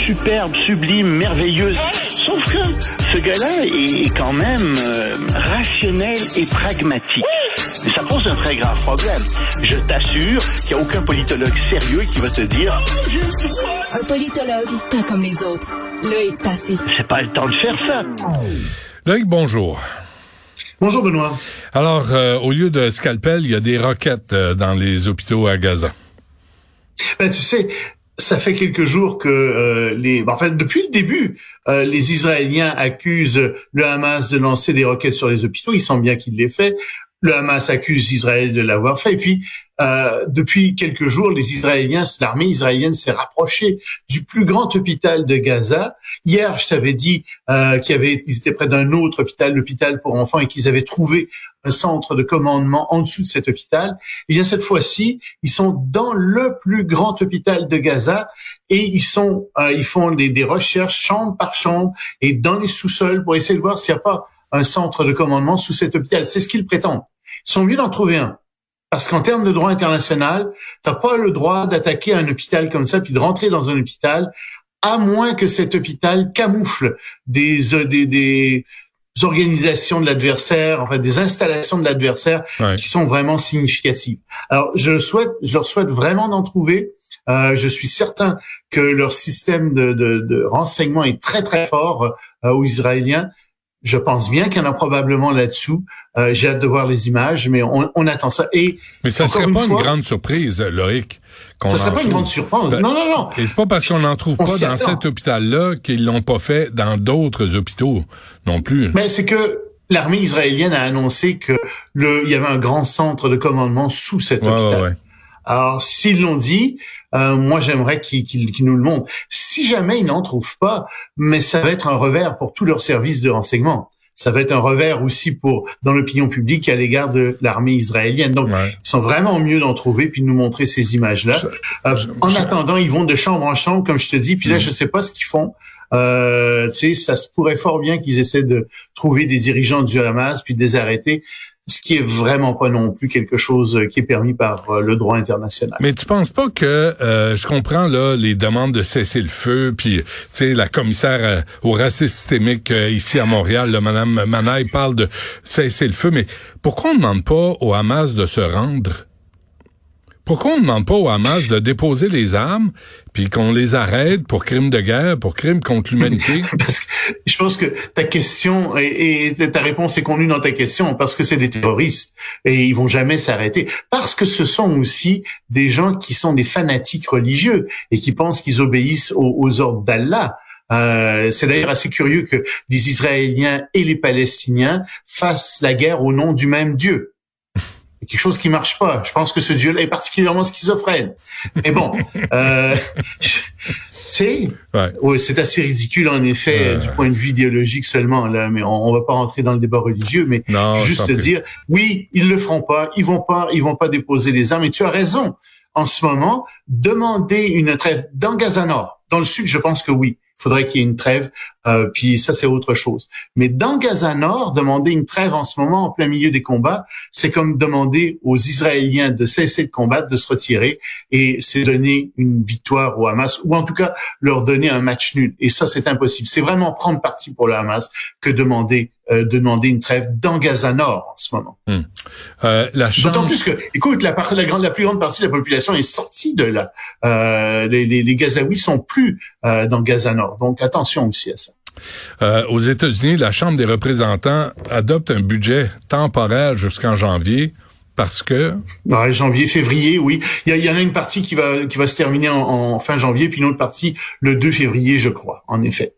superbe, sublime, merveilleuse. Sauf que ce gars-là est quand même rationnel et pragmatique. Et ça pose un très grave problème. Je t'assure qu'il n'y a aucun politologue sérieux qui va te dire « Un politologue, pas comme les autres. Loïc Tassé. C'est pas le temps de faire ça. » Loïc, bonjour. Bonjour Benoît. Alors, au lieu de scalpel, il y a des roquettes dans les hôpitaux à Gaza. Ben, tu sais, ça fait quelques jours que depuis le début, les Israéliens accusent le Hamas de lancer des roquettes sur les hôpitaux. Ils sentent bien qu'il les fait. Le Hamas accuse Israël de l'avoir fait. Et puis, depuis quelques jours, l'armée israélienne s'est rapprochée du plus grand hôpital de Gaza. Hier, je t'avais dit qu'ils étaient près d'un autre hôpital, l'hôpital pour enfants, et qu'ils avaient trouvé un centre de commandement en dessous de cet hôpital. Et bien, cette fois-ci, ils sont dans le plus grand hôpital de Gaza et ils font des recherches chambre par chambre et dans les sous-sols pour essayer de voir s'il n'y a pas un centre de commandement sous cet hôpital. C'est ce qu'ils prétendent. Ils sont mieux d'en trouver un. Parce qu'en termes de droit international, t'as pas le droit d'attaquer un hôpital comme ça puis de rentrer dans un hôpital à moins que cet hôpital camoufle des organisations de l'adversaire, enfin des installations de l'adversaire qui sont vraiment significatives. Alors, je leur souhaite vraiment d'en trouver. Je suis certain que leur système de renseignement est très très fort aux Israéliens. Je pense bien qu'il y en a probablement là-dessous. J'ai hâte de voir les images, mais on attend ça. Mais ça serait pas une grande surprise, Loïc. Ça serait pas une grande surprise. Non. Et c'est pas parce qu'on n'en trouve pas dans cet hôpital-là qu'ils l'ont pas fait dans d'autres hôpitaux non plus. Mais c'est que l'armée israélienne a annoncé que il y avait un grand centre de commandement sous cet hôpital. Ouais. Alors, s'ils l'ont dit, moi, j'aimerais qu'ils nous le montrent. Si jamais ils n'en trouvent pas, mais ça va être un revers pour tous leurs services de renseignement. Ça va être un revers aussi dans l'opinion publique à l'égard de l'armée israélienne. Donc, ils sont vraiment mieux d'en trouver puis de nous montrer ces images-là. En attendant, ils vont de chambre en chambre, comme je te dis. Puis là, je sais pas ce qu'ils font. Tu sais, ça se pourrait fort bien qu'ils essaient de trouver des dirigeants du Hamas puis de les arrêter. Ce qui est vraiment pas non plus quelque chose qui est permis par le droit international. Mais tu penses pas que je comprends là les demandes de cesser le feu, puis tu sais la commissaire au racisme systémique ici à Montréal, là, Madame Manaille parle de cesser le feu, mais pourquoi on ne demande pas au Hamas de se rendre? Pourquoi on ne demande pas au Hamas de déposer les armes puis qu'on les arrête pour crimes de guerre, pour crimes contre l'humanité? Parce que je pense que ta question et ta réponse est contenue dans ta question parce que c'est des terroristes et ils vont jamais s'arrêter. Parce que ce sont aussi des gens qui sont des fanatiques religieux et qui pensent qu'ils obéissent aux ordres d'Allah. C'est d'ailleurs assez curieux que les Israéliens et les Palestiniens fassent la guerre au nom du même Dieu. Quelque chose qui marche pas. Je pense que ce Dieu-là est particulièrement schizophrène. Mais bon, tu sais, c'est assez ridicule en effet du point de vue idéologique seulement là. Mais on va pas rentrer dans le débat religieux, mais juste dire, oui, ils le feront pas, ils vont pas déposer les armes. Et tu as raison. En ce moment, demander une trêve dans Gaza Nord, dans le sud, je pense que oui. Il faudrait qu'il y ait une trêve, puis ça, c'est autre chose. Mais dans Gaza Nord, demander une trêve en ce moment, en plein milieu des combats, c'est comme demander aux Israéliens de cesser de combattre, de se retirer, et c'est donner une victoire au Hamas, ou en tout cas leur donner un match nul. Et ça, c'est impossible. C'est vraiment prendre parti pour le Hamas que demander une trêve dans Gaza Nord en ce moment. D'autant plus que, écoute, la plus grande partie de la population est sortie de là. Les Gazaouis sont plus dans Gaza Nord. Donc attention aussi à ça. Aux États-Unis, la Chambre des représentants adopte un budget temporaire jusqu'en janvier. Parce que janvier, février, oui. Il y en a une partie qui va se terminer en fin janvier, puis une autre partie le 2 février, je crois, en effet.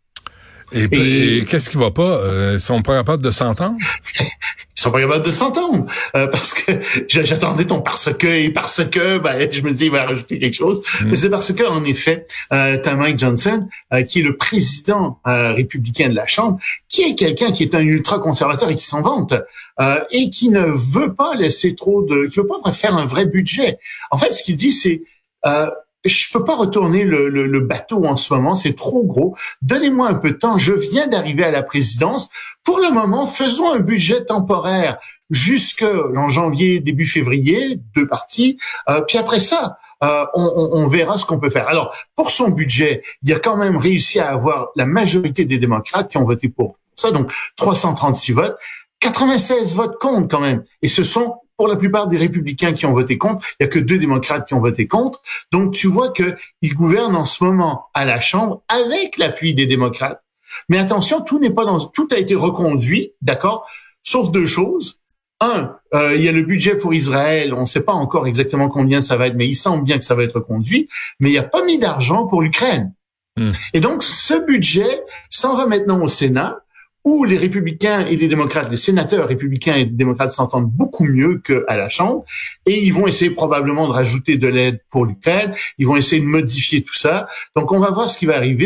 Et qu'est-ce qui va pas? Ils sont pas capables de s'entendre? Ils sont pas capables de s'entendre. Parce que j'attendais ton parce que, je me dis, il va rajouter quelque chose. Mais c'est parce que, en effet, t'as Mike Johnson, qui est le président républicain de la Chambre, qui est quelqu'un qui est un ultra-conservateur et qui s'en vante, et qui ne veut pas laisser qui veut pas faire un vrai budget. En fait, ce qu'il dit, c'est, je peux pas retourner le bateau en ce moment, c'est trop gros. Donnez-moi un peu de temps, je viens d'arriver à la présidence. Pour le moment, faisons un budget temporaire jusqu'en janvier, début février, 2 parties. Puis après ça, on verra ce qu'on peut faire. Alors, pour son budget, il a quand même réussi à avoir la majorité des démocrates qui ont voté pour ça, donc 336 votes. 96 votes contre quand même. Et ce sont pour la plupart des républicains qui ont voté contre. Il y a que 2 démocrates qui ont voté contre. Donc tu vois que il gouverne en ce moment à la Chambre avec l'appui des démocrates. Mais attention, tout a été reconduit, d'accord, sauf 2 choses. Il y a le budget pour Israël. On ne sait pas encore exactement combien ça va être, mais il semble bien que ça va être reconduit. Mais il n'y a pas mis d'argent pour l'Ukraine. Et donc ce budget s'en va maintenant au Sénat, où les républicains et les démocrates, les sénateurs républicains et les démocrates s'entendent beaucoup mieux qu'à la Chambre, et ils vont essayer probablement de rajouter de l'aide pour l'Ukraine, ils vont essayer de modifier tout ça. Donc on va voir ce qui va arriver.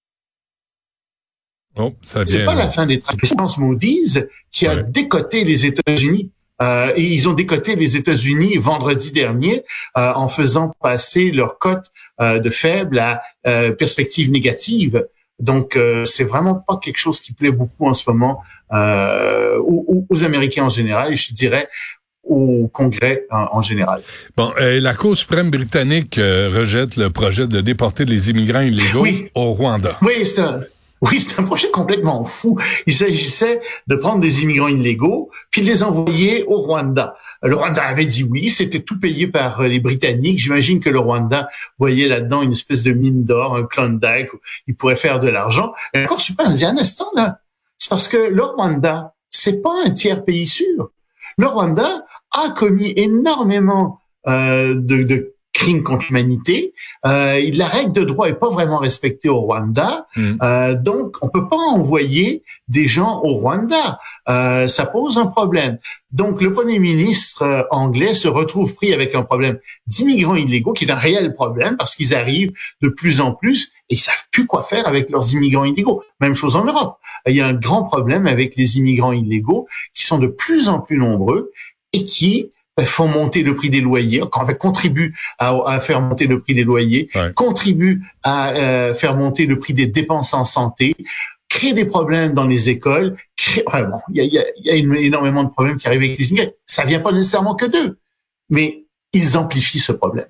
Oh, ça vient. C'est pas la fin des traitements. Moody's qui a décoté les États-Unis. Et ils ont décoté les États-Unis vendredi dernier en faisant passer leur cote de faible à perspective négative. Donc, c'est vraiment pas quelque chose qui plaît beaucoup en ce moment aux Américains en général, et je dirais au Congrès en général. Bon, la Cour suprême britannique rejette le projet de déporter les immigrants illégaux au Rwanda. Oui, c'est un projet complètement fou. Il s'agissait de prendre des immigrants illégaux puis de les envoyer au Rwanda. Le Rwanda avait dit oui, c'était tout payé par les Britanniques. J'imagine que le Rwanda voyait là-dedans une espèce de mine d'or, un Klondike, où il pourrait faire de l'argent. Et la Cour suprême a dit un instant là, c'est parce que le Rwanda, c'est pas un tiers pays sûr. Le Rwanda a commis énormément de crimes contre l'humanité. La règle de droit est pas vraiment respectée au Rwanda. Donc, on peut pas envoyer des gens au Rwanda. Ça pose un problème. Donc, le premier ministre anglais se retrouve pris avec un problème d'immigrants illégaux, qui est un réel problème parce qu'ils arrivent de plus en plus et ils savent plus quoi faire avec leurs immigrants illégaux. Même chose en Europe. Il y a un grand problème avec les immigrants illégaux qui sont de plus en plus nombreux et qui font monter le prix des loyers, contribuent à faire monter le prix des loyers, contribuent à faire monter le prix des dépenses en santé, créent des problèmes dans les écoles. Il y a énormément de problèmes qui arrivent avec les immigrés. Ça vient pas nécessairement que d'eux, mais ils amplifient ce problème.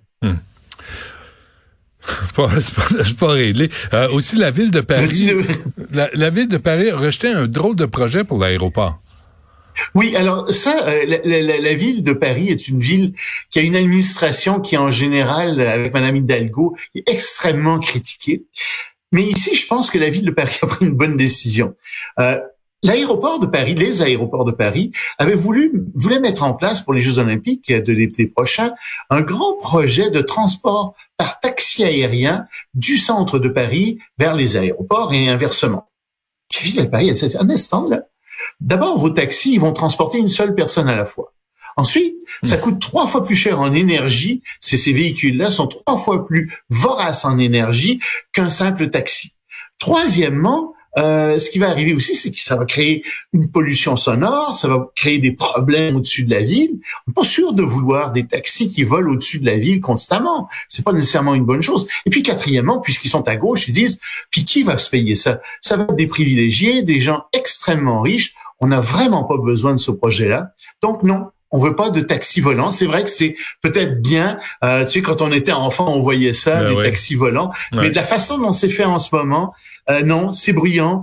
C'est pas réglé. Aussi, la ville de Paris, la ville de Paris a rejeté un drôle de projet pour l'aéroport. Oui, alors ça, la ville de Paris est une ville qui a une administration qui, en général, avec Madame Hidalgo, est extrêmement critiquée. Mais ici, je pense que la ville de Paris a pris une bonne décision. L'aéroport de Paris, les aéroports de Paris, voulaient mettre en place pour les Jeux Olympiques de l'été prochain un grand projet de transport par taxi aérien du centre de Paris vers les aéroports et inversement. La ville de Paris, elle s'est dit, un instant, là. D'abord, vos taxis, ils vont transporter une seule personne à la fois. Ensuite, ça coûte 3 fois plus cher en énergie. Ces véhicules-là sont 3 fois plus voraces en énergie qu'un simple taxi. Troisièmement, ce qui va arriver aussi, c'est que ça va créer une pollution sonore, ça va créer des problèmes au-dessus de la ville. On n'est pas sûr de vouloir des taxis qui volent au-dessus de la ville constamment. C'est pas nécessairement une bonne chose. Et puis quatrièmement, puisqu'ils sont à gauche, ils disent, puis qui va se payer ça? Ça va être des privilégiés, des gens extrêmement riches. On n'a vraiment pas besoin de ce projet-là. Donc non. On veut pas de taxis volants. C'est vrai que c'est peut-être bien, tu sais, quand on était enfant, on voyait ça, les taxis volants. Mais de la façon dont c'est fait en ce moment, non, c'est bruyant.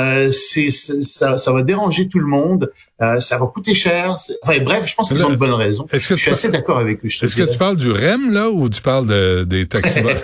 Ça va déranger tout le monde. Ça va coûter cher. Enfin, bref, je pense qu'ils ont de bonnes raisons. Je suis assez d'accord avec eux. Est-ce que tu parles du REM, là, ou tu parles des taxis volants?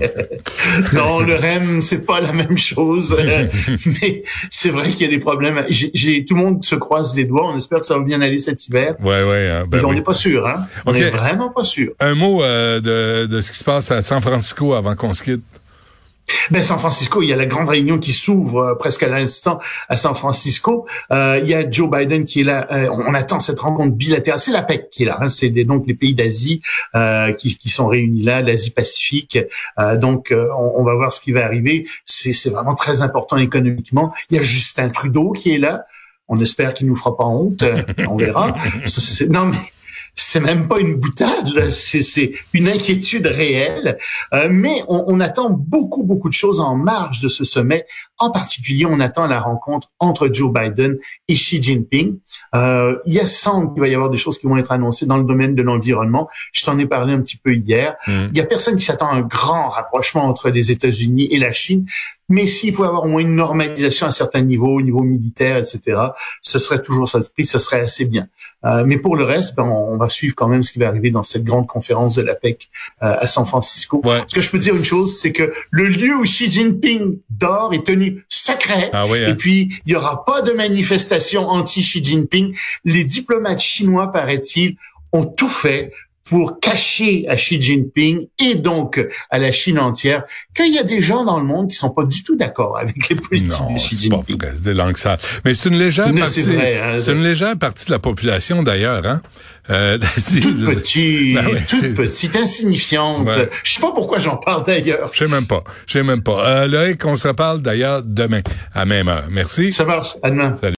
Non, le REM, c'est pas la même chose. Mais c'est vrai qu'il y a des problèmes. Tout le monde se croise les doigts. On espère que ça va bien aller cet hiver. On n'est pas sûr, hein. On est vraiment pas sûr. Un mot de ce qui se passe à San Francisco avant qu'on se quitte. San Francisco, il y a la grande réunion qui s'ouvre presque à l'instant à San Francisco. Il y a Joe Biden qui est là. On attend cette rencontre bilatérale. C'est l'APEC qui est là. Hein. C'est donc les pays d'Asie qui sont réunis là, l'Asie-Pacifique. Donc, on va voir ce qui va arriver. C'est vraiment très important économiquement. Il y a Justin Trudeau qui est là. On espère qu'il nous fera pas honte. On verra. Non, mais c'est même pas une boutade, là. C'est une inquiétude réelle. Mais on attend beaucoup de choses en marge de ce sommet. En particulier, on attend la rencontre entre Joe Biden et Xi Jinping. Il semble qu'il va y avoir des choses qui vont être annoncées dans le domaine de l'environnement. Je t'en ai parlé un petit peu hier. Il y a personne qui s'attend à un grand rapprochement entre les États-Unis et la Chine. Mais s'il faut avoir au moins une normalisation à certains niveaux, au niveau militaire, etc., ce serait toujours ça l'esprit, ce serait assez bien. Mais pour le reste, on va suivre quand même ce qui va arriver dans cette grande conférence de l'APEC à San Francisco. Ouais. Ce que je peux dire une chose, c'est que le lieu où Xi Jinping dort est tenu secret. Ah oui, hein? Et puis, il y aura pas de manifestation anti-Xi Jinping. Les diplomates chinois, paraît-il, ont tout fait pour cacher à Xi Jinping et donc à la Chine entière qu'il y a des gens dans le monde qui sont pas du tout d'accord avec les politiques de Xi Jinping. Pas vrai, c'est des langues sales. Mais c'est une légère partie. C'est vrai, hein, c'est une légère partie de la population d'ailleurs, hein. Toute petite, insignifiante. Ouais. Je sais pas pourquoi j'en parle d'ailleurs. Je sais même pas. Loïc, on se reparle d'ailleurs demain à même heure. Merci. Ça marche. À demain. Salut.